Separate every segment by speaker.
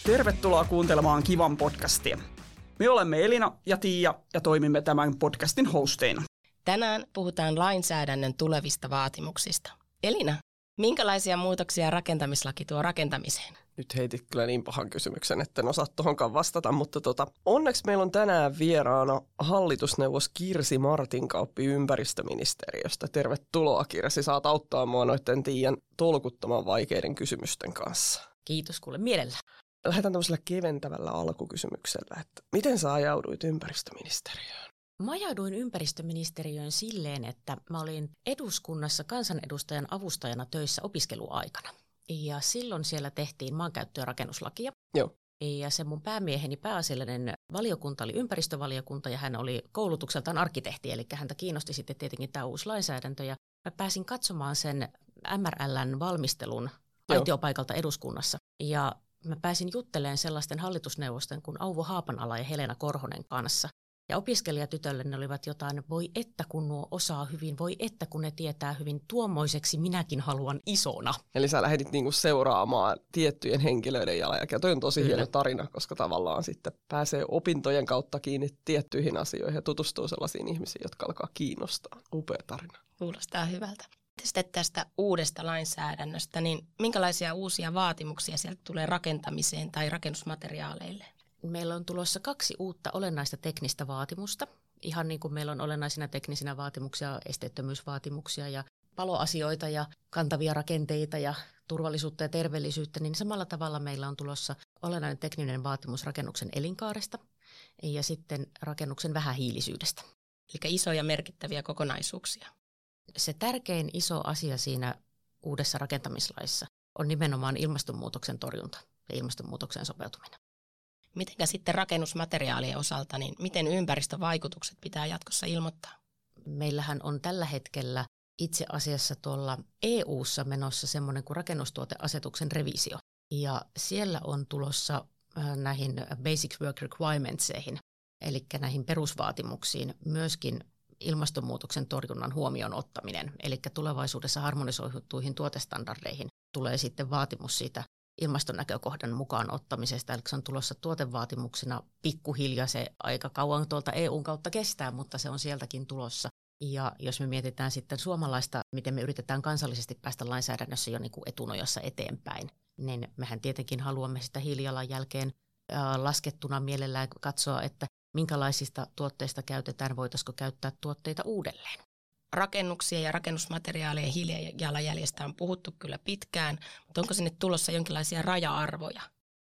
Speaker 1: Tervetuloa kuuntelemaan Kivan podcastia. Me olemme Elina ja Tiia ja toimimme tämän podcastin hosteina.
Speaker 2: Tänään puhutaan lainsäädännön tulevista vaatimuksista. Elina, minkälaisia muutoksia rakentamislaki tuo rakentamiseen?
Speaker 3: Nyt heitit kyllä niin pahan kysymyksen, että en osaa tuohonkaan vastata, mutta onneksi meillä on tänään vieraana hallitusneuvos Kirsi Martinkauppi ympäristöministeriöstä. Tervetuloa Kirsi, saat auttaa mua noiden Tiian tolkuttoman vaikeiden kysymysten kanssa.
Speaker 2: Kiitos kuule mielellä.
Speaker 3: Lähdetään tämmöisellä keventävällä alkukysymyksellä, että miten sä ajauduit ympäristöministeriöön?
Speaker 4: Mä ajauduin ympäristöministeriöön silleen, että mä olin eduskunnassa kansanedustajan avustajana töissä opiskeluaikana. Ja silloin siellä tehtiin maankäyttö- ja rakennuslakia.
Speaker 3: Joo.
Speaker 4: Ja se mun päämieheni pääasiallinen valiokunta oli ympäristövaliokunta ja hän oli koulutukseltaan arkkitehti, eli häntä kiinnosti sitten tietenkin tämä uusi lainsäädäntö. Ja mä pääsin katsomaan sen MRL:n valmistelun aitiopaikalta eduskunnassa. Ja mä pääsin juttelemaan sellaisten hallitusneuvosten kuin Auvo Haapanala ja Helena Korhonen kanssa. Ja opiskelijatytölle ne olivat jotain, voi että kun nuo osaa hyvin, voi että kun ne tietää hyvin, tuommoiseksi minäkin haluan isona.
Speaker 3: Eli sä lähdit niinku seuraamaan tiettyjen henkilöiden jalanjälkeä. Toi on tosi hieno tarina, koska tavallaan sitten pääsee opintojen kautta kiinni tiettyihin asioihin ja tutustuu sellaisiin ihmisiin, jotka alkaa kiinnostaa. Upea tarina.
Speaker 2: Kuulostaa hyvältä. Sitten tästä uudesta lainsäädännöstä, niin minkälaisia uusia vaatimuksia sieltä tulee rakentamiseen tai rakennusmateriaaleille?
Speaker 4: Meillä on tulossa 2 uutta olennaista teknistä vaatimusta. Ihan niin kuin meillä on olennaisina teknisinä vaatimuksia, esteettömyysvaatimuksia ja paloasioita ja kantavia rakenteita ja turvallisuutta ja terveellisyyttä, niin samalla tavalla meillä on tulossa olennainen tekninen vaatimus rakennuksen elinkaaresta ja sitten rakennuksen vähähiilisyydestä.
Speaker 2: Eli isoja merkittäviä kokonaisuuksia.
Speaker 4: Se tärkein iso asia siinä uudessa rakentamislaissa on nimenomaan ilmastonmuutoksen torjunta ja ilmastonmuutokseen sopeutuminen.
Speaker 2: Mitenkä sitten rakennusmateriaalien osalta, niin miten ympäristövaikutukset pitää jatkossa ilmoittaa?
Speaker 4: Meillähän on tällä hetkellä itse asiassa tuolla EU:ssa menossa semmoinen kuin rakennustuoteasetuksen revisio. Ja siellä on tulossa näihin Basic Work Requirementseihin, eli näihin perusvaatimuksiin myöskin ilmastonmuutoksen torjunnan huomioon ottaminen. Eli tulevaisuudessa harmonisoituihin tuotestandardeihin tulee sitten vaatimus siitä ilmastonäkökohdan mukaan ottamisesta, eli se on tulossa tuotevaatimuksena pikkuhiljaa, se aika kauan tuolta EUn kautta kestää, mutta se on sieltäkin tulossa. Ja jos me mietitään sitten suomalaista, miten me yritetään kansallisesti päästä lainsäädännössä jo niin kuin etunojassa eteenpäin, niin mehän tietenkin haluamme sitä hiilijalanjälkeen laskettuna mielellään katsoa, että minkälaisista tuotteista käytetään, voitaisiko käyttää tuotteita uudelleen.
Speaker 2: Rakennuksia ja rakennusmateriaalien hiilijalanjäljestä on puhuttu kyllä pitkään, mutta onko sinne tulossa jonkinlaisia raja-arvoja?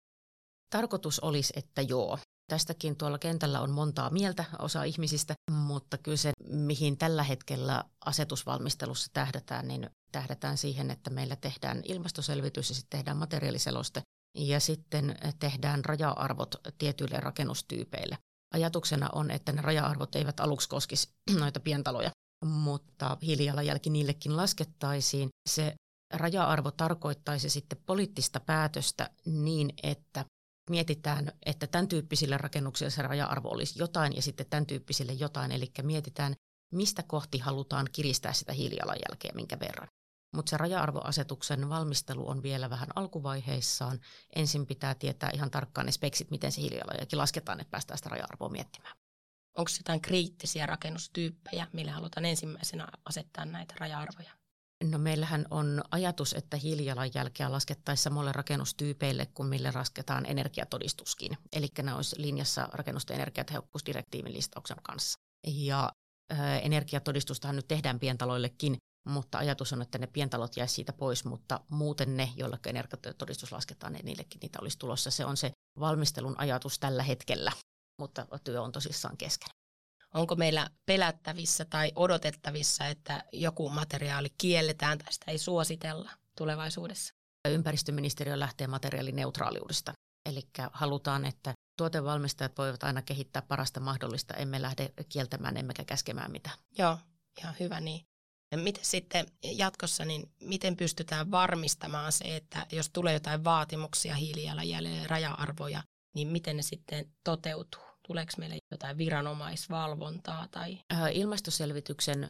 Speaker 4: Tarkoitus olisi, että joo. Tästäkin tuolla kentällä on montaa mieltä osa ihmisistä, mutta kyllä se, mihin tällä hetkellä asetusvalmistelussa tähdätään, niin tähdätään siihen, että meillä tehdään ilmastoselvitys ja sitten tehdään materiaaliseloste ja sitten tehdään raja-arvot tietyille rakennustyypeille. Ajatuksena on, että ne raja-arvot eivät aluksi koskisi noita pientaloja, mutta hiilijalanjälki niillekin laskettaisiin. Se raja-arvo tarkoittaisi sitten poliittista päätöstä niin, että mietitään, että tämän tyyppisille rakennuksille se raja-arvo olisi jotain ja sitten tämän tyyppisille jotain. Eli mietitään, mistä kohti halutaan kiristää sitä hiilijalanjälkeä, minkä verran. Mutta se raja-arvoasetuksen valmistelu on vielä vähän alkuvaiheissaan. Ensin pitää tietää ihan tarkkaan ne speksit, miten se hiilijalanjälki lasketaan, että päästään sitä raja-arvoa miettimään.
Speaker 2: Onko jotain kriittisiä rakennustyyppejä, millä halutaan ensimmäisenä asettaa näitä raja-arvoja?
Speaker 4: No meillähän on ajatus, että hiilijalanjälkeä laskettaisiin samoille rakennustyypeille kuin mille lasketaan energiatodistuskin. Eli ne olisi linjassa rakennusten energiatehokkuusdirektiivin listauksen kanssa. Ja energiatodistustahan nyt tehdään pientaloillekin, mutta ajatus on, että ne pientalot jäisi siitä pois, mutta muuten ne, joille energiatodistus lasketaan, niin niillekin niitä olisi tulossa. Se on se valmistelun ajatus tällä hetkellä, mutta työ on tosissaan kesken.
Speaker 2: Onko meillä pelättävissä tai odotettavissa, että joku materiaali kielletään tai sitä ei suositella tulevaisuudessa?
Speaker 4: Ympäristöministeriö lähtee materiaalineutraaliudesta, eli halutaan, että tuotevalmistajat voivat aina kehittää parasta mahdollista, emme lähde kieltämään emmekä käskemään mitään.
Speaker 2: Joo, ihan hyvä niin. Ja miten sitten jatkossa, niin miten pystytään varmistamaan se, että jos tulee jotain vaatimuksia hiilijalanjäljelle, raja-arvoja, niin miten ne sitten toteutuu? Tuleeko meille jotain viranomaisvalvontaa? Tai?
Speaker 4: Ilmastoselvityksen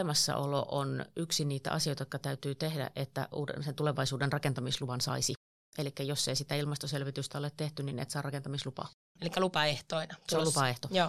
Speaker 4: olemassaolo on yksi niitä asioita, jotka täytyy tehdä, että sen tulevaisuuden rakentamisluvan saisi. Eli jos ei sitä ilmastoselvitystä ole tehty, niin et saa rakentamislupaa.
Speaker 2: Eli lupaehtoina.
Speaker 4: Se on lupaehto.
Speaker 2: Joo.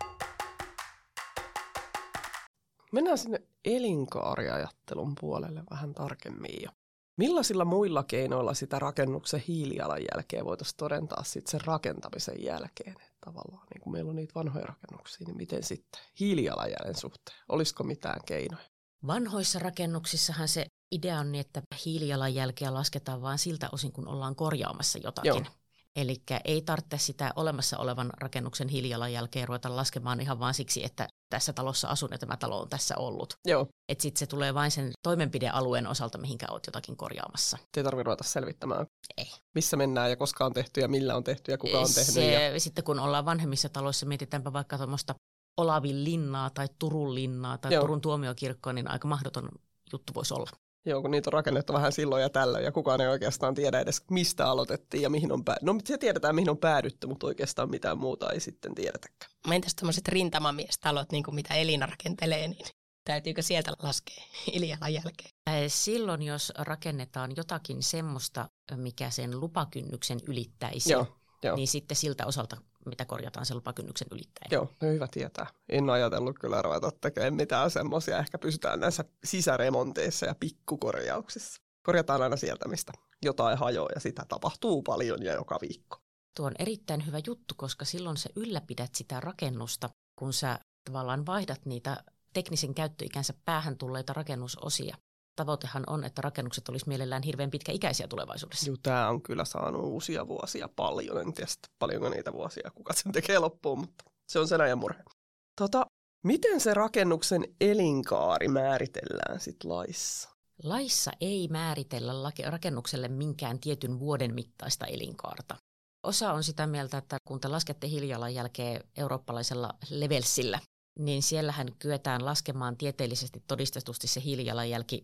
Speaker 3: Mennään sinne elinkaariajattelun puolelle vähän tarkemmin. Millaisilla muilla keinoilla sitä rakennuksen hiilijalanjälkeä voitaisiin todentaa sitten sen rakentamisen jälkeen? Että tavallaan niin kun meillä on niitä vanhoja rakennuksia, niin miten sitten hiilijalanjäljen suhteen? Olisiko mitään keinoja?
Speaker 4: Vanhoissa rakennuksissahan se idea on niin, että hiilijalanjälkeä lasketaan vain siltä osin, kun ollaan korjaamassa jotakin.
Speaker 3: Joo.
Speaker 4: Eli ei tarvitse sitä olemassa olevan rakennuksen hiilijalanjälkeä ruveta laskemaan ihan vain siksi, että tässä talossa asun ja tämä talo on tässä ollut.
Speaker 3: Joo.
Speaker 4: Että sitten se tulee vain sen toimenpidealueen osalta, mihinkä olet jotakin korjaamassa.
Speaker 3: Ei tarvitse ruveta selvittämään,
Speaker 4: Ei.
Speaker 3: missä mennään ja koska on tehty ja millä on tehty ja kuka on tehnyt.
Speaker 4: Sitten kun ollaan vanhemmissa taloissa, mietitäänpä vaikka tuommoista Olavin linnaa tai Turun linnaa tai
Speaker 3: Joo.
Speaker 4: Turun tuomiokirkkoa, niin aika mahdoton juttu voisi olla.
Speaker 3: Joo, kun niitä on rakennettu vähän silloin ja tällöin ja kukaan ei oikeastaan tiedä edes mistä aloitettiin ja mihin on päädytty. No se tiedetään mihin on päädytty, mutta oikeastaan mitään muuta ei sitten tiedetäkään.
Speaker 2: Entäs tämmöiset rintamamiestalot, niin kuin mitä Elina rakentelee, niin täytyykö sieltä laskea hiilijalanjälkeä?
Speaker 4: Silloin, jos rakennetaan jotakin semmoista, mikä sen lupakynnyksen ylittäisi,
Speaker 3: Joo.
Speaker 4: niin sitten siltä osalta, mitä korjataan sen lupakynnyksen ylittäen.
Speaker 3: Joo, no hyvä tietää. En ajatellut kyllä ruveta tekemään mitään semmoisia. Ehkä pysytään näissä sisäremonteissa ja pikkukorjauksissa. Korjataan aina sieltä, mistä jotain hajoaa ja sitä tapahtuu paljon ja joka viikko.
Speaker 4: Tuo on erittäin hyvä juttu, koska silloin sä ylläpidät sitä rakennusta, kun sä tavallaan vaihdat niitä teknisen käyttöikänsä päähän tulleita rakennusosia. Tavoitehan on, että rakennukset olisi mielellään hirveän pitkäikäisiä tulevaisuudessa.
Speaker 3: Joo, tämä on kyllä saanut uusia vuosia paljon. En tiedä, paljonko niitä vuosia kuka sen tekee loppuun, mutta se on sen ajan murhe. Miten se rakennuksen elinkaari määritellään sitten laissa?
Speaker 4: Laissa ei määritellä rakennukselle minkään tietyn vuoden mittaista elinkaarta. Osa on sitä mieltä, että kun te laskette hiilijalanjälkeä eurooppalaisella levelsillä, niin siellähän kyetään laskemaan tieteellisesti todistetusti se hiilijalanjälki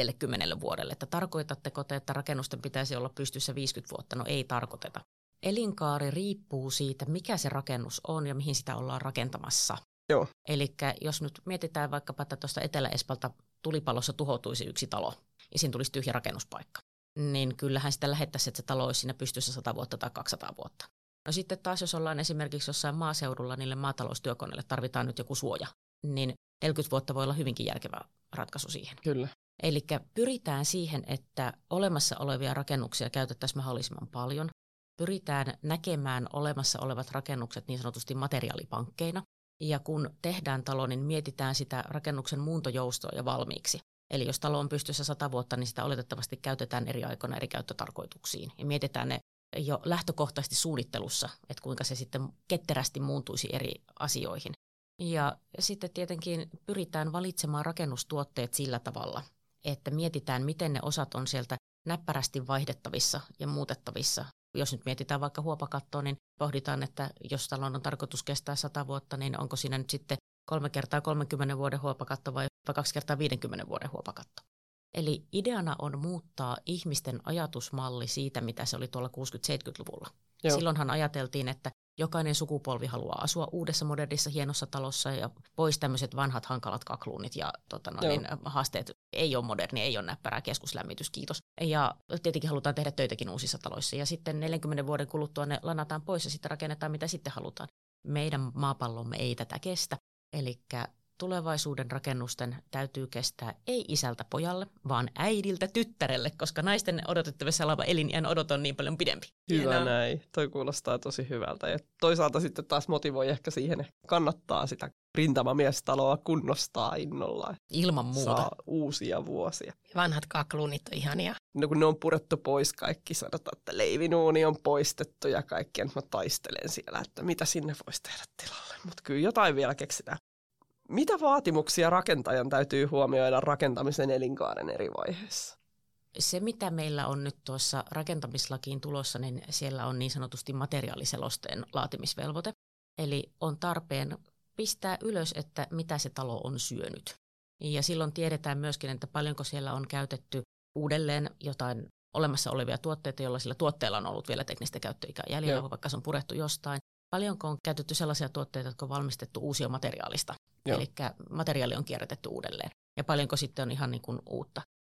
Speaker 4: 50 vuodelle. Että tarkoitatteko te, että rakennusten pitäisi olla pystyssä 50 vuotta? No ei tarkoiteta. Elinkaari riippuu siitä, mikä se rakennus on ja mihin sitä ollaan rakentamassa.
Speaker 3: Joo.
Speaker 4: Eli jos nyt mietitään vaikkapa, että tuosta Etelä-Espalta tulipalossa tuhoutuisi yksi talo ja siinä tulisi tyhjä rakennuspaikka, niin kyllähän sitä lähettäisiin, että se talo olisi siinä pystyssä 100 vuotta tai 200 vuotta. No sitten taas, jos ollaan esimerkiksi jossain maaseudulla, niille maataloustyökoneille tarvitaan nyt joku suoja, niin 40 vuotta voi olla hyvinkin järkevä ratkaisu siihen.
Speaker 3: Kyllä.
Speaker 4: Eli pyritään siihen, että olemassa olevia rakennuksia käytettäisiin mahdollisimman paljon. Pyritään näkemään olemassa olevat rakennukset niin sanotusti materiaalipankkeina. Ja kun tehdään talo, niin mietitään sitä rakennuksen muuntojoustoa ja valmiiksi. Eli jos talo on pystyssä 100 vuotta, niin sitä oletettavasti käytetään eri aikoina eri käyttötarkoituksiin. Ja mietitään ne jo lähtökohtaisesti suunnittelussa, että kuinka se sitten ketterästi muuntuisi eri asioihin. Ja sitten tietenkin pyritään valitsemaan rakennustuotteet sillä tavalla, että mietitään, miten ne osat on sieltä näppärästi vaihdettavissa ja muutettavissa. Jos nyt mietitään vaikka huopakattoa, niin pohditaan, että jos talon on tarkoitus kestää 100 vuotta, niin onko siinä nyt sitten 3 kertaa 30 vuoden huopakatto vai 2 kertaa 50 vuoden huopakatto. Eli ideana on muuttaa ihmisten ajatusmalli siitä, mitä se oli tuolla 60-70-luvulla.
Speaker 3: Joo.
Speaker 4: Silloinhan ajateltiin, että jokainen sukupolvi haluaa asua uudessa modernissa hienossa talossa ja pois tämmöiset vanhat hankalat kakluunit ja haasteet. Ei ole moderni, ei ole näppärää, keskuslämmitys, kiitos. Ja tietenkin halutaan tehdä töitäkin uusissa taloissa ja sitten 40 vuoden kuluttua ne lanataan pois ja sitten rakennetaan mitä sitten halutaan. Meidän maapallomme ei tätä kestä, eli tulevaisuuden rakennusten täytyy kestää ei isältä pojalle, vaan äidiltä tyttärelle, koska naisten odotettavissa oleva eliniän odot on niin paljon pidempi.
Speaker 3: Hyvä näin. Toi kuulostaa tosi hyvältä. Ja toisaalta sitten taas motivoi ehkä siihen, että kannattaa sitä rintamamiestaloa kunnostaa innolla.
Speaker 4: Ilman muuta.
Speaker 3: Saa uusia vuosia.
Speaker 2: Vanhat kakluunit on ihania.
Speaker 3: No kun ne on purettu pois kaikki, sanotaan, että leivinuuni on poistettu ja kaikki. Mä taistelen siellä, että mitä sinne voisi tehdä tilalle. Mutta kyllä jotain vielä keksitään. Mitä vaatimuksia rakentajan täytyy huomioida rakentamisen elinkaaren eri vaiheissa?
Speaker 4: Se, mitä meillä on nyt tuossa rakentamislakiin tulossa, niin siellä on niin sanotusti materiaaliselosteen laatimisvelvoite. Eli on tarpeen pistää ylös, että mitä se talo on syönyt. Ja silloin tiedetään myöskin, että paljonko siellä on käytetty uudelleen jotain olemassa olevia tuotteita, joilla sillä tuotteella on ollut vielä teknistä käyttöikää jäljellä, vaikka se on purettu jostain. Paljonko on käytetty sellaisia tuotteita, jotka on valmistettu uusiomateriaalista. Eli materiaali on kierrätetty uudelleen. Ja paljonko sitten on ihan niin kuin uutta.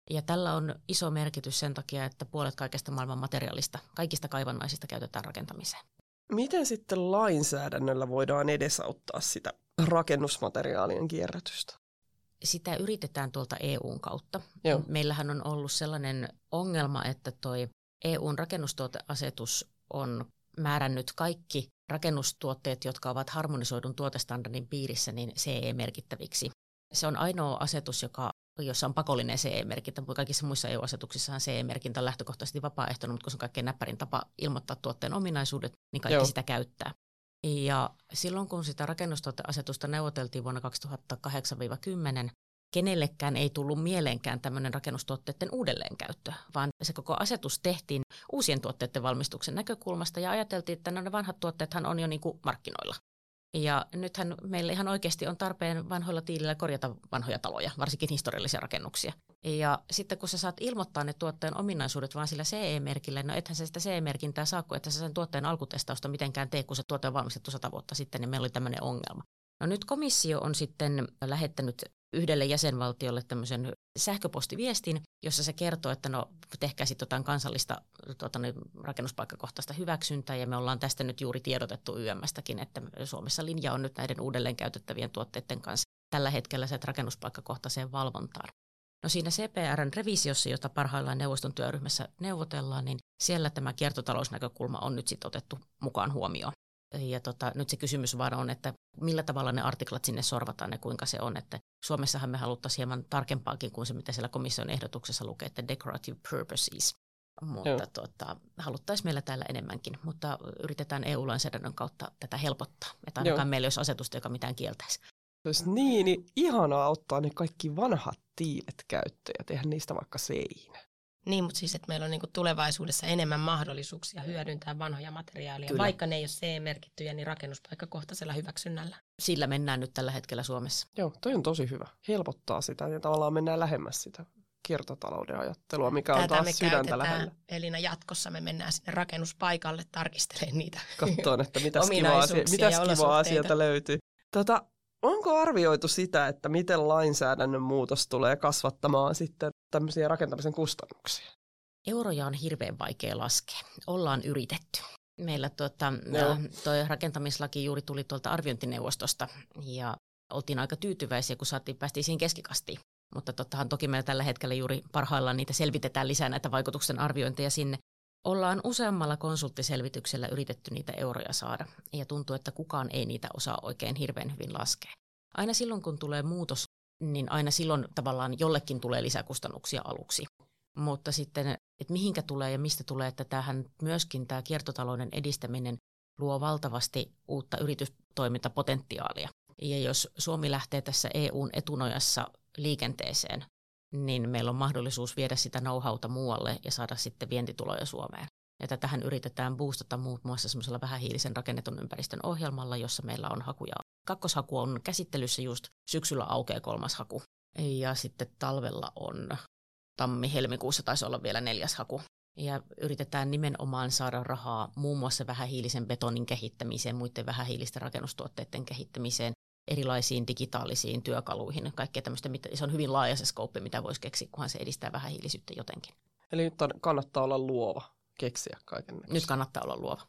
Speaker 4: Ja tällä on iso merkitys sen takia, että puolet kaikesta maailman materiaalista, kaikista kaivannaisista käytetään rakentamiseen.
Speaker 3: Miten sitten lainsäädännöllä voidaan edesauttaa sitä rakennusmateriaalien kierrätystä?
Speaker 4: Sitä yritetään tuolta EUn kautta.
Speaker 3: Joo.
Speaker 4: Meillähän on ollut sellainen ongelma, että toi EUn rakennustuoteasetus on määrännyt kaikki rakennustuotteet, jotka ovat harmonisoidun tuotestandardin piirissä, niin CE-merkittäviksi. Se on ainoa asetus, jossa on pakollinen CE-merkintä. Kaikissa muissa EU-asetuksissahan CE-merkintä on lähtökohtaisesti vapaaehtoinen, mutta kun se on kaikkein näppärin tapa ilmoittaa tuotteen ominaisuudet, niin kaikki sitä käyttää. Ja silloin, kun sitä rakennustuoteasetusta neuvoteltiin vuonna 2008-2010, kenellekään ei tullut mieleenkään tämmöinen rakennustuotteiden uudelleenkäyttö, vaan se koko asetus tehtiin uusien tuotteiden valmistuksen näkökulmasta ja ajateltiin, että ne vanhat tuotteethan on jo niin kuin markkinoilla. Ja nythän meillä ihan oikeasti on tarpeen vanhoilla tiilillä korjata vanhoja taloja, varsinkin historiallisia rakennuksia. Ja sitten kun sä saat ilmoittaa ne tuotteen ominaisuudet vaan sillä CE-merkillä, no ethän sä sitä CE-merkintää saa, kun ethän sä sen tuotteen alkutestausta mitenkään tee, kun se tuote on valmistettu 100 vuotta sitten, niin meillä oli tämmöinen ongelma. No nyt komissio on sitten lähettänyt yhdelle jäsenvaltiolle tämmöisen sähköpostiviestin, jossa se kertoo, että no tehkää sitten jotain kansallista rakennuspaikkakohtaista hyväksyntää, ja me ollaan tästä nyt juuri tiedotettu YM:stäkin, että Suomessa linja on nyt näiden uudelleen käytettävien tuotteiden kanssa tällä hetkellä se rakennuspaikkakohtaiseen valvontaan. No siinä CPR:n revisiossa, jota parhaillaan neuvoston työryhmässä neuvotellaan, niin siellä tämä kiertotalousnäkökulma on nyt sitten otettu mukaan huomioon. Ja nyt se kysymys vaan on, että millä tavalla ne artiklat sinne sorvataan ja kuinka se on. Että Suomessahan me haluttaisiin hieman tarkempaakin kuin se, mitä siellä komission ehdotuksessa lukee, että decorative purposes. Mutta haluttaisiin meillä täällä enemmänkin, mutta yritetään EU-lainsäädännön kautta tätä helpottaa. Että ainakaan meillä ei olisi asetusta, joka mitään kieltäisi.
Speaker 3: Jos niin ihanaa ottaa ne kaikki vanhat tiilet käyttöön ja tehdä niistä vaikka seinä.
Speaker 2: Niin, mutta siis, että meillä on tulevaisuudessa enemmän mahdollisuuksia hyödyntää vanhoja materiaaleja,
Speaker 4: Kyllä.
Speaker 2: Vaikka ne ei ole CE-merkittyjä, niin rakennuspaikkakohtaisella hyväksynnällä.
Speaker 4: Sillä mennään nyt tällä hetkellä Suomessa.
Speaker 3: Joo, toi on tosi hyvä. Helpottaa sitä ja tavallaan mennään lähemmäs sitä kiertotalouden ajattelua, mikä on taas sydäntä lähellä.
Speaker 2: Elina, jatkossa me mennään sinne rakennuspaikalle tarkistelemaan niitä
Speaker 3: katsotaan, että mitäs kivaa asialta löytyy. Onko arvioitu sitä, että miten lainsäädännön muutos tulee kasvattamaan sitten tämmöisiä rakentamisen kustannuksia?
Speaker 4: Euroja on hirveän vaikea laskea. Ollaan yritetty. Meillä toi rakentamislaki juuri tuli tuolta arviointineuvostosta ja oltiin aika tyytyväisiä, kun päästiin siihen keskikastiin. Mutta toki meillä tällä hetkellä juuri parhaillaan niitä selvitetään lisää näitä vaikutusten arviointeja sinne. Ollaan useammalla konsulttiselvityksellä yritetty niitä euroja saada ja tuntuu, että kukaan ei niitä osaa oikein hirveän hyvin laskea. Aina silloin, kun tulee muutos, niin aina silloin tavallaan jollekin tulee lisäkustannuksia aluksi. Mutta sitten, että mihinkä tulee ja mistä tulee, että tämähän myöskin tämä kiertotalouden edistäminen luo valtavasti uutta yritystoimintapotentiaalia. Ja jos Suomi lähtee tässä EUn etunojassa liikenteeseen, niin meillä on mahdollisuus viedä sitä know-howta muualle ja saada sitten vientituloja Suomeen. Ja tätähän yritetään boostata muun muassa semmoisella vähähiilisen rakennetun ympäristön ohjelmalla, jossa meillä on hakuja. Kakkoshaku on käsittelyssä just, syksyllä aukeaa 3. haku. Ja sitten talvella on tammi-helmikuussa taisi olla vielä 4. haku. Ja yritetään nimenomaan saada rahaa muun muassa vähähiilisen betonin kehittämiseen, muiden vähähiilisten rakennustuotteiden kehittämiseen, erilaisiin digitaalisiin työkaluihin, kaikkea tämmöistä, se on hyvin laaja se skouppi, mitä voisi keksiä, kunhan se edistää vähähiilisyyttä jotenkin.
Speaker 3: Eli nyt kannattaa olla luova, keksiä kaikennäköistä.
Speaker 4: Nyt kannattaa olla luova.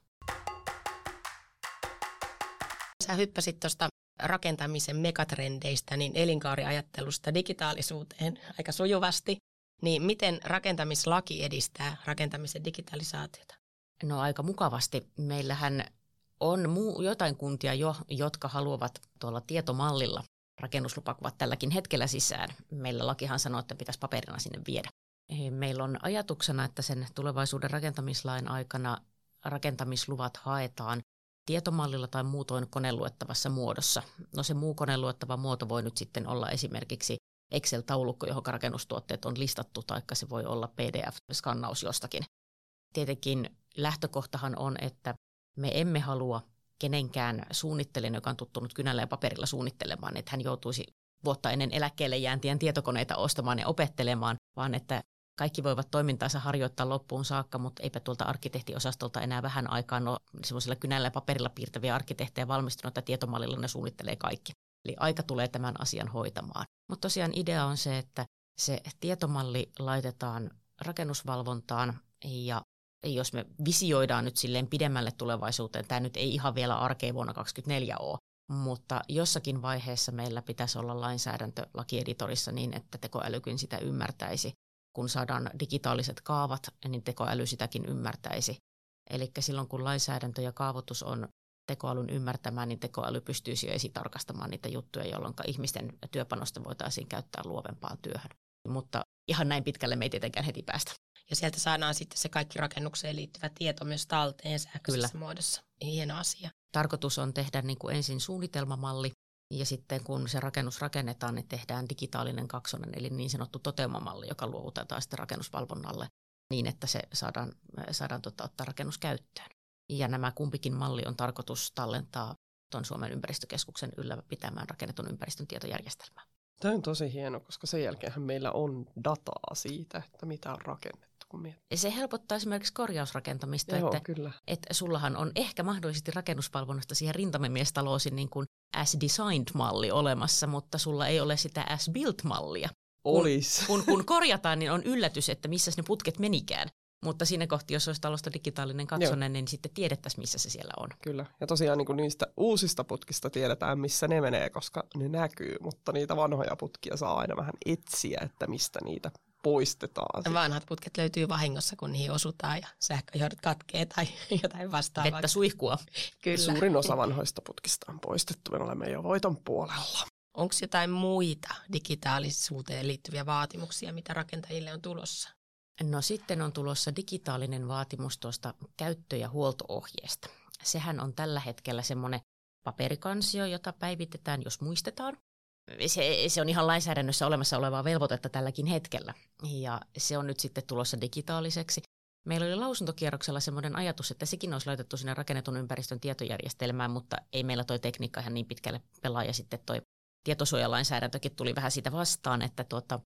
Speaker 2: Sä hyppäsit tuosta rakentamisen megatrendeistä, niin elinkaariajattelusta digitaalisuuteen aika sujuvasti. Niin miten rakentamislaki edistää rakentamisen digitalisaatiota?
Speaker 4: No aika mukavasti. Meillähän on jotain kuntia jo, jotka haluavat tuolla tietomallilla rakennuslupakuvat tälläkin hetkellä sisään. Meillä lakihan sanoo, että pitäisi paperina sinne viedä. Meillä on ajatuksena, että sen tulevaisuuden rakentamislain aikana rakentamisluvat haetaan tietomallilla tai muutoin koneluettavassa muodossa. No se muu koneluettava muoto voi nyt sitten olla esimerkiksi Excel-taulukko, johon rakennustuotteet on listattu, taikka se voi olla PDF-skannaus jostakin. Tietenkin lähtökohtahan on, että me emme halua kenenkään suunnittelijan, joka on tuttunut kynällä ja paperilla suunnittelemaan, että hän joutuisi vuotta ennen eläkkeelle jääntiän tietokoneita ostamaan ja opettelemaan, vaan että kaikki voivat toimintaansa harjoittaa loppuun saakka, mutta eipä tuolta arkkitehtiosastolta enää vähän aikaan ole semmoisella kynällä ja paperilla piirtäviä arkkitehtejä valmistunut, että tietomallilla ne suunnittelee kaikki. Eli aika tulee tämän asian hoitamaan. Mutta tosiaan idea on se, että Se tietomalli laitetaan rakennusvalvontaan ja jos me visioidaan nyt silleen pidemmälle tulevaisuuteen, tämä nyt ei ihan vielä arkea vuonna 2024 ole, mutta jossakin vaiheessa meillä pitäisi olla lainsäädäntö lakieditorissa niin, että tekoälykin sitä ymmärtäisi. Kun saadaan digitaaliset kaavat, niin tekoäly sitäkin ymmärtäisi. Eli silloin kun lainsäädäntö ja kaavoitus on tekoälyn ymmärtämään, niin tekoäly pystyisi jo esitarkastamaan niitä juttuja, jolloin ihmisten työpanosta voitaisiin käyttää luovempaan työhön. Mutta ihan näin pitkälle me ei tietenkään heti päästä.
Speaker 2: Ja sieltä saadaan sitten se kaikki rakennukseen liittyvä tieto myös talteen sähköisessä muodossa. Hieno asia.
Speaker 4: Tarkoitus on tehdä niin kuin ensin suunnitelmamalli ja sitten kun se rakennus rakennetaan, niin tehdään digitaalinen kaksonen, eli niin sanottu toteumamalli, joka luovutetaan sitten rakennusvalvonnalle niin, että se saadaan ottaa rakennuskäyttöön. Ja nämä kumpikin malli on tarkoitus tallentaa tuon Suomen ympäristökeskuksen ylläpitämään rakennetun ympäristön tietojärjestelmään.
Speaker 3: Tämä on tosi hieno, koska sen jälkeenhän meillä on dataa siitä, että mitä on rakennettu.
Speaker 4: Se helpottaa esimerkiksi korjausrakentamista,
Speaker 3: Joo, kyllä.
Speaker 4: Että sullahan on ehkä mahdollisesti rakennusvalvonnasta siihen rintamemiestaloosin niin kuin as-designed-malli olemassa, mutta sulla ei ole sitä as-built-mallia.
Speaker 3: Olisi.
Speaker 4: Kun korjataan, niin on yllätys, että missä ne putket menikään. Mutta siinä kohti, jos olisi talosta digitaalinen kaksonen, niin sitten tiedettäisiin, missä se siellä on.
Speaker 3: Kyllä. Ja tosiaan niin kuin niistä uusista putkista tiedetään, missä ne menee, koska ne näkyy. Mutta niitä vanhoja putkia saa aina vähän etsiä, että mistä niitä poistetaan.
Speaker 2: Vanhat putket löytyy vahingossa, kun niihin osutaan ja sähköjohdot katkee tai jotain vastaavaa.
Speaker 4: Vettä suihkua.
Speaker 2: Kyllä.
Speaker 3: Suurin osa vanhoista putkista on poistettu. Me olemme jo voiton puolella.
Speaker 2: Onko jotain muita digitaalisuuteen liittyviä vaatimuksia, mitä rakentajille on tulossa?
Speaker 4: No sitten on tulossa digitaalinen vaatimus tuosta käyttö- ja huolto-ohjeesta. Sehän on tällä hetkellä semmoinen paperikansio, jota päivitetään, jos muistetaan. Se on ihan lainsäädännössä olemassa olevaa velvoitetta tälläkin hetkellä ja se on nyt sitten tulossa digitaaliseksi. Meillä oli lausuntokierroksella semmoinen ajatus, että sekin olisi laitettu sinne rakennetun ympäristön tietojärjestelmään, mutta ei meillä toi tekniikka ihan niin pitkälle pelaa ja sitten toi tietosuojalainsäädäntökin tuli vähän siitä vastaan, että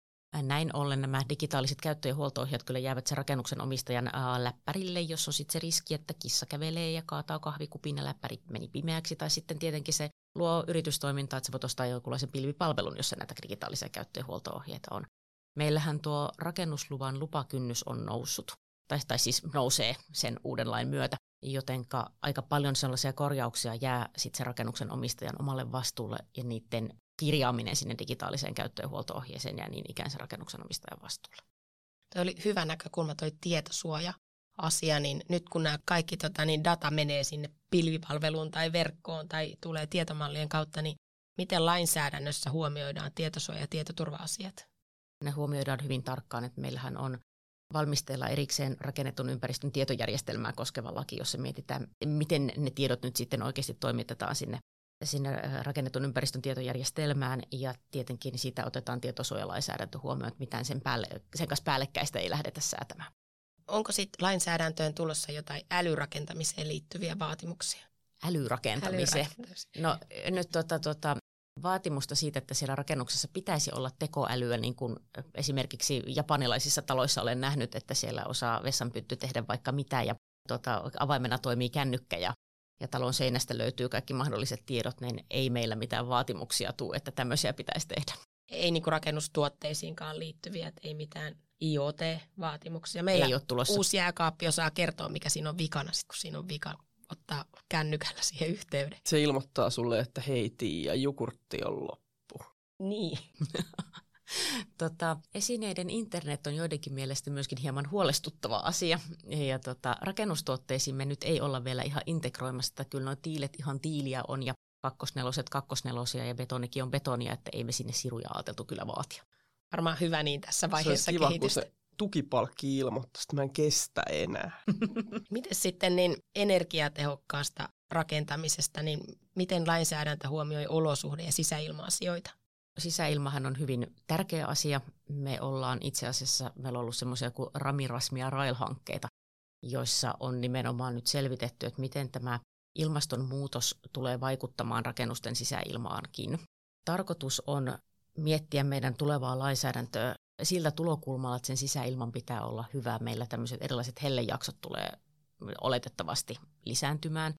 Speaker 4: näin ollen nämä digitaaliset käyttö- ja huolto-ohjeet kyllä jäävät se rakennuksen omistajan läppärille, jos on sitten se riski, että kissa kävelee ja kaataa kahvikupin ja läppäri meni pimeäksi. Tai sitten tietenkin se luo yritystoimintaa, että sä voit ostaa jonkunlaisen pilvipalvelun, jossa näitä digitaalisia käyttö- ja huolto-ohjeita on. Meillähän tuo rakennusluvan lupakynnys on noussut, tai siis nousee sen uuden lain myötä, jotenka aika paljon sellaisia korjauksia jää sitten se rakennuksen omistajan omalle vastuulle ja niiden kirjaaminen sinne digitaaliseen käyttö- ja huolto-ohjeeseen ja niin ikään se rakennuksen omistajan vastuulle.
Speaker 2: Tuo oli hyvä näkökulma toi tietosuoja-asia, niin nyt kun nämä kaikki data menee sinne pilvipalveluun tai verkkoon tai tulee tietomallien kautta, niin miten lainsäädännössä huomioidaan tietosuoja- ja tietoturva-asiat?
Speaker 4: Ne huomioidaan hyvin tarkkaan, että meillähän on valmisteilla erikseen rakennetun ympäristön tietojärjestelmää koskeva laki, jossa mietitään, miten ne tiedot nyt sitten oikeasti toimitetaan sinne rakennetun ympäristön tietojärjestelmään ja tietenkin siitä otetaan tietosuojalainsäädäntö huomioon, että mitään sen kanssa päällekkäistä ei lähdetä säätämään. Onko
Speaker 2: sitten lainsäädäntöön tulossa jotain älyrakentamiseen liittyviä vaatimuksia?
Speaker 4: Älyrakentamiseen? No nyt vaatimusta siitä, että siellä rakennuksessa pitäisi olla tekoälyä, niin kuin esimerkiksi japanilaisissa taloissa olen nähnyt, että siellä osaa vessanpytty tehdä vaikka mitä ja avaimena toimii kännykkä ja talon seinästä löytyy kaikki mahdolliset tiedot, niin ei meillä mitään vaatimuksia tule, että tämmöisiä pitäisi tehdä.
Speaker 2: Ei niin kuin rakennustuotteisiinkaan liittyviä, että ei mitään IoT-vaatimuksia. Meillä
Speaker 4: ei ole tulossa.
Speaker 2: Uusi jääkaappi osaa kertoa, mikä siinä on vikana, sit kun siinä on vika, ottaa kännykällä siihen yhteyden.
Speaker 3: Se ilmoittaa sulle, että hei Tiia, jogurtti on loppu.
Speaker 2: Niin.
Speaker 4: Esineiden internet on joidenkin mielestä myöskin hieman huolestuttava asia. Ja rakennustuotteisiin nyt ei olla vielä ihan integroimassa, että kyllä nuo tiilet ihan tiiliä on ja kakkosnelosia ja betonikin on betonia, että ei me sinne siruja ajateltu kyllä vaatia.
Speaker 2: Varmaan hyvä niin tässä vaiheessa
Speaker 3: kehitystä. Se
Speaker 2: olisi
Speaker 3: kiva, kun se tukipalkki ilmoittaa, että mä en kestä enää.
Speaker 2: Miten sitten niin energiatehokkaasta rakentamisesta, niin miten lainsäädäntö huomioi olosuhde- ja sisäilma-asioita?
Speaker 4: Sisäilmahan on hyvin tärkeä asia. Me ollaan itse asiassa, meillä on ollut semmoisia kuin Rami-Rasmi- ja Rail-hankkeita, joissa on nimenomaan nyt selvitetty, että miten tämä ilmastonmuutos tulee vaikuttamaan rakennusten sisäilmaankin. Tarkoitus on miettiä meidän tulevaa lainsäädäntöä siltä tulokulmalla, että sen sisäilman pitää olla hyvä. Meillä tämmöiset erilaiset hellejaksot tulee oletettavasti lisääntymään.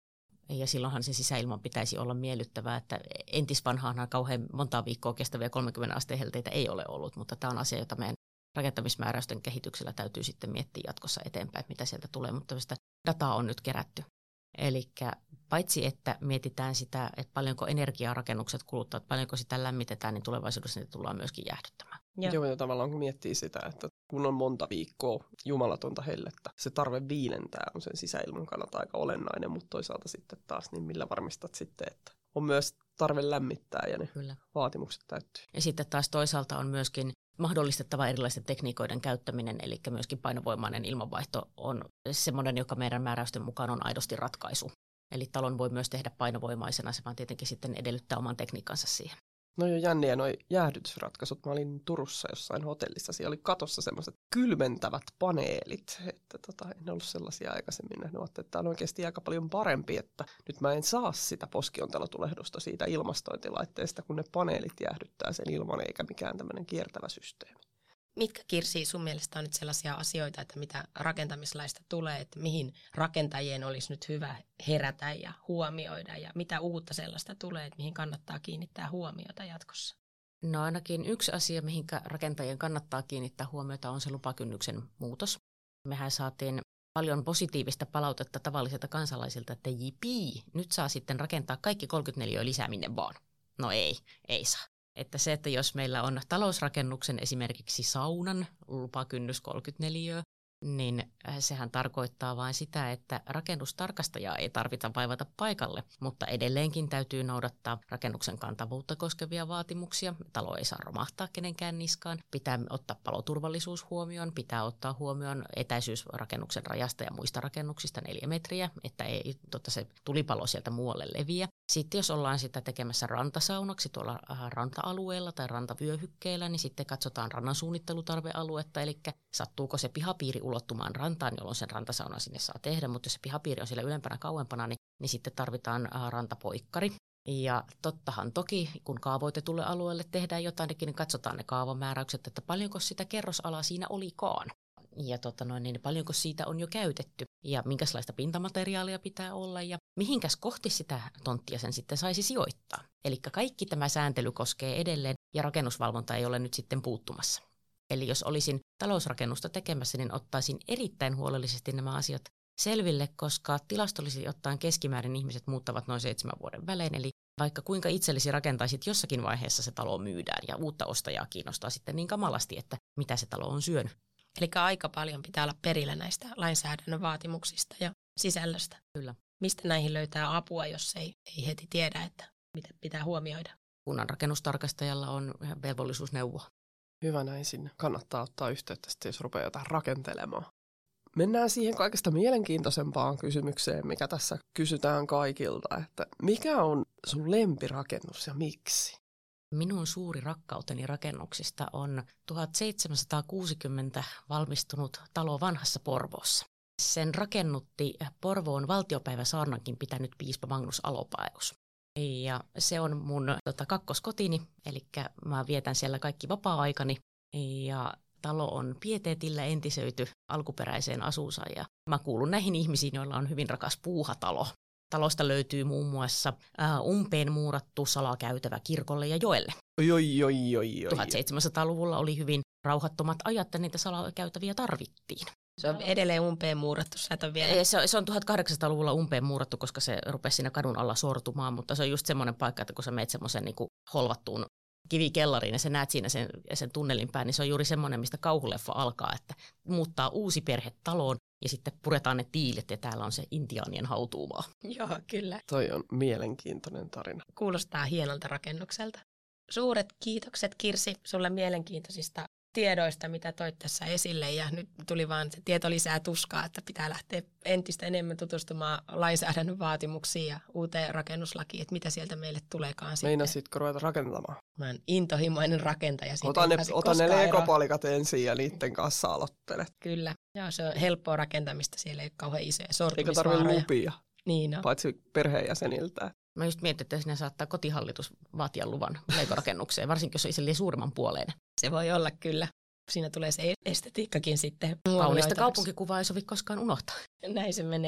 Speaker 4: Ja silloinhan se sisäilman pitäisi olla miellyttävää, että entisvanhaanhan kauhean montaa viikkoa kestäviä 30 asteen helteitä ei ole ollut, mutta tämä on asia, jota meidän rakentamismääräysten kehityksellä täytyy sitten miettiä jatkossa eteenpäin, että mitä sieltä tulee, mutta sitä dataa on nyt kerätty. Eli paitsi, että mietitään sitä, että paljonko energiaa rakennukset kuluttavat, paljonko sitä lämmitetään, niin tulevaisuudessa niitä tullaan myöskin jäähdyttämään.
Speaker 3: Joo, ja tavallaan kun miettii sitä, että kun on monta viikkoa jumalatonta hellettä, se tarve viilentää on sen sisäilman kannalta aika olennainen, mutta toisaalta sitten taas, niin millä varmistat sitten, että on myös tarve lämmittää ja ne vaatimukset täyttyy.
Speaker 4: Ja sitten taas toisaalta on myöskin mahdollistettava erilaisten tekniikoiden käyttäminen, eli myöskin painovoimainen ilmanvaihto on semmoinen, joka meidän määräysten mukaan on aidosti ratkaisu. Eli talon voi myös tehdä painovoimaisena, se vaan tietenkin sitten edellyttää oman tekniikansa siihen.
Speaker 3: No jo jänniä noi jäähdytysratkaisut. Mä olin Turussa jossain hotellissa, siellä oli katossa semmoiset kylmentävät paneelit, että en ollut sellaisia aikaisemmin nähnyt, että tämä on oikeasti aika paljon parempi, että nyt mä en saa sitä poskiontelotulehdusta siitä ilmastointilaitteesta, kun ne paneelit jäähdyttää sen ilman eikä mikään tämmöinen kiertävä systeemi.
Speaker 2: Mitkä, Kirsi, sun mielestä on nyt sellaisia asioita, että mitä rakentamislaista tulee, että mihin rakentajien olisi nyt hyvä herätä ja huomioida ja mitä uutta sellaista tulee, että mihin kannattaa kiinnittää huomiota jatkossa?
Speaker 4: No ainakin yksi asia, mihin rakentajien kannattaa kiinnittää huomiota, on se lupakynnyksen muutos. Mehän saatiin paljon positiivista palautetta tavallisilta kansalaisilta, että jipii, nyt saa sitten rakentaa kaikki 34 lisää minne vaan. No ei saa. Että se, että jos meillä on talousrakennuksen esimerkiksi saunan lupakynnys 34, niin sehän tarkoittaa vain sitä, että rakennustarkastajaa ei tarvita vaivata paikalle, mutta edelleenkin täytyy noudattaa rakennuksen kantavuutta koskevia vaatimuksia. Talo ei saa romahtaa kenenkään niskaan, pitää ottaa paloturvallisuus huomioon, pitää ottaa huomioon etäisyys rakennuksen rajasta ja muista rakennuksista 4 metriä, että ei se tulipalo sieltä muualle leviä. Sitten jos ollaan sitä tekemässä rantasaunaksi tuolla ranta-alueella tai rantavyöhykkeellä, niin sitten katsotaan rannan suunnittelutarvealuetta, eli sattuuko se pihapiiri ulottumaan rantaan, jolloin sen rantasaunan sinne saa tehdä, mutta jos se pihapiiri on siellä ylempänä kauempana, niin sitten tarvitaan rantapoikkari. Ja tottahan toki, kun kaavoitetulle alueelle tehdään jotain, niin katsotaan ne kaavamääräykset, että paljonko sitä kerrosalaa siinä olikaan. Ja niin paljonko siitä on jo käytetty ja minkälaista pintamateriaalia pitää olla ja mihinkäs kohti sitä tonttia sen sitten saisi sijoittaa. Eli kaikki tämä sääntely koskee edelleen ja rakennusvalvonta ei ole nyt sitten puuttumassa. Eli jos olisin talousrakennusta tekemässä, niin ottaisin erittäin huolellisesti nämä asiat selville, koska tilastollisesti ottaen keskimäärin ihmiset muuttavat noin 7 vuoden välein. Eli vaikka kuinka itsellesi rakentaisit, jossakin vaiheessa se talo myydään ja uutta ostajaa kiinnostaa sitten niin kamalasti, että mitä se talo on syönyt.
Speaker 2: Eli aika paljon pitää olla perillä näistä lainsäädännön vaatimuksista ja sisällöstä.
Speaker 4: Kyllä.
Speaker 2: Mistä näihin löytää apua, jos ei heti tiedä, että mitä pitää huomioida?
Speaker 4: Kunnan rakennustarkastajalla on velvollisuus neuvoa.
Speaker 3: Hyvä näin, sinne kannattaa ottaa yhteyttä sitten, jos rupeaa jotain rakentelemaan. Mennään siihen kaikesta mielenkiintoisempaan kysymykseen, mikä tässä kysytään kaikilta, että mikä on sun lempirakennus ja miksi?
Speaker 4: Minun suuri rakkauteni rakennuksista on 1760 valmistunut talo Vanhassa Porvoossa. Sen rakennutti Porvoon valtiopäiväsaarnankin pitänyt piispa Magnus Alopaeus. Ja se on mun kakkoskotini, eli mä vietän siellä kaikki vapaa-aikani. Ja talo on pieteetillä entisöity alkuperäiseen asuunsa ja mä kuulun näihin ihmisiin, joilla on hyvin rakas puuhatalo. Talosta löytyy muun muassa umpeen muurattu salakäytävä kirkolle ja joelle. 1700-luvulla oli hyvin rauhattomat ajat ja niitä salakäytäviä tarvittiin.
Speaker 2: Se on edelleen umpeen muurattu, sä et ole vielä.
Speaker 4: Se on 1800-luvulla umpeen muurattu, koska se rupesi siinä kadun alla sortumaan, mutta se on just semmoinen paikka, että kun sä meet semmoisen niin kuin holvattuun kivikellariin ja sä näet siinä sen tunnelin päin, niin se on juuri semmoinen, mistä kauhuleffa alkaa, että muuttaa uusi perhe taloon ja sitten puretaan ne tiilet ja täällä on se intiaanien hautuumaa.
Speaker 2: Joo, kyllä.
Speaker 3: Toi on mielenkiintoinen tarina.
Speaker 2: Kuulostaa hienolta rakennukselta. Suuret kiitokset, Kirsi, sulle mielenkiintoisista tiedoista, mitä toit tässä esille, ja nyt tuli vaan se tieto lisää tuskaa, että pitää lähteä entistä enemmän tutustumaan lainsäädännön vaatimuksiin ja uuteen rakennuslakiin, että mitä sieltä meille tuleekaan sitten.
Speaker 3: Meinasitko ruveta rakentamaan?
Speaker 2: Mä oon intohimoinen rakentaja.
Speaker 3: Ota ne legopalikat ensin ja niiden kanssa aloittelet.
Speaker 2: Kyllä. Joo, se on helppoa rakentamista, siellä ei ole kauhean isoja sortumisvaaroja.
Speaker 3: Eikä tarvitse lupia,
Speaker 2: niin
Speaker 3: paitsi perheenjäseniltä.
Speaker 4: Mä just mietin, että sinne saattaa kotihallitus vaatia luvan legorakennukseen, varsinkin jos on suurimman puoleen.
Speaker 2: Se voi olla kyllä. Siinä tulee se estetiikkakin sitten.
Speaker 4: Kaunista kaupunkikuvaa ei sovi koskaan unohtaa.
Speaker 2: Näin se menee.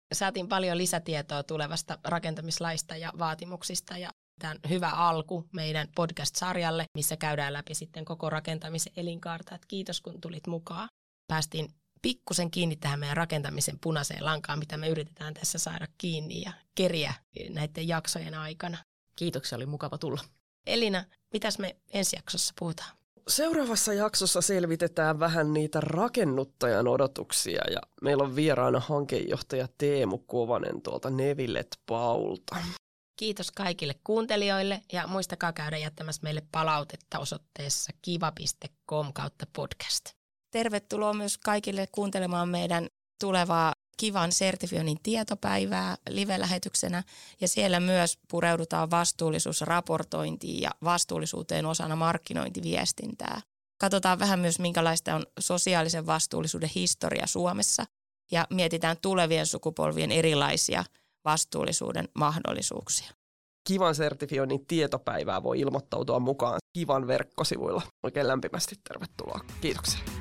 Speaker 2: Saatiin paljon lisätietoa tulevasta rakentamislaista ja vaatimuksista ja tämä on hyvä alku meidän podcast-sarjalle, missä käydään läpi sitten koko rakentamisen elinkaarta. Et kiitos kun tulit mukaan. Päästiin pikkusen kiinni tähän meidän rakentamisen punaiseen lankaan, mitä me yritetään tässä saada kiinni ja keriä näiden jaksojen aikana.
Speaker 4: Kiitoksia, oli mukava tulla.
Speaker 2: Elina, mitäs me ensi jaksossa puhutaan?
Speaker 3: Seuraavassa jaksossa selvitetään vähän niitä rakennuttajan odotuksia ja meillä on vieraana hankejohtaja Teemu Kovanen tuolta Nevillet Paulta.
Speaker 2: Kiitos kaikille kuuntelijoille ja muistakaa käydä jättämässä meille palautetta osoitteessa kiva.com/podcast.
Speaker 5: Tervetuloa myös kaikille kuuntelemaan meidän tulevaa Kivan sertifioinnin tietopäivää live-lähetyksenä ja siellä myös pureudutaan vastuullisuusraportointiin ja vastuullisuuteen osana markkinointiviestintää. Katsotaan vähän myös minkälaista on sosiaalisen vastuullisuuden historia Suomessa ja mietitään tulevien sukupolvien erilaisia vastuullisuuden mahdollisuuksia.
Speaker 3: Kivan sertifioinnin tietopäivää voi ilmoittautua mukaan Kivan verkkosivuilla. Oikein lämpimästi tervetuloa. Kiitoksia.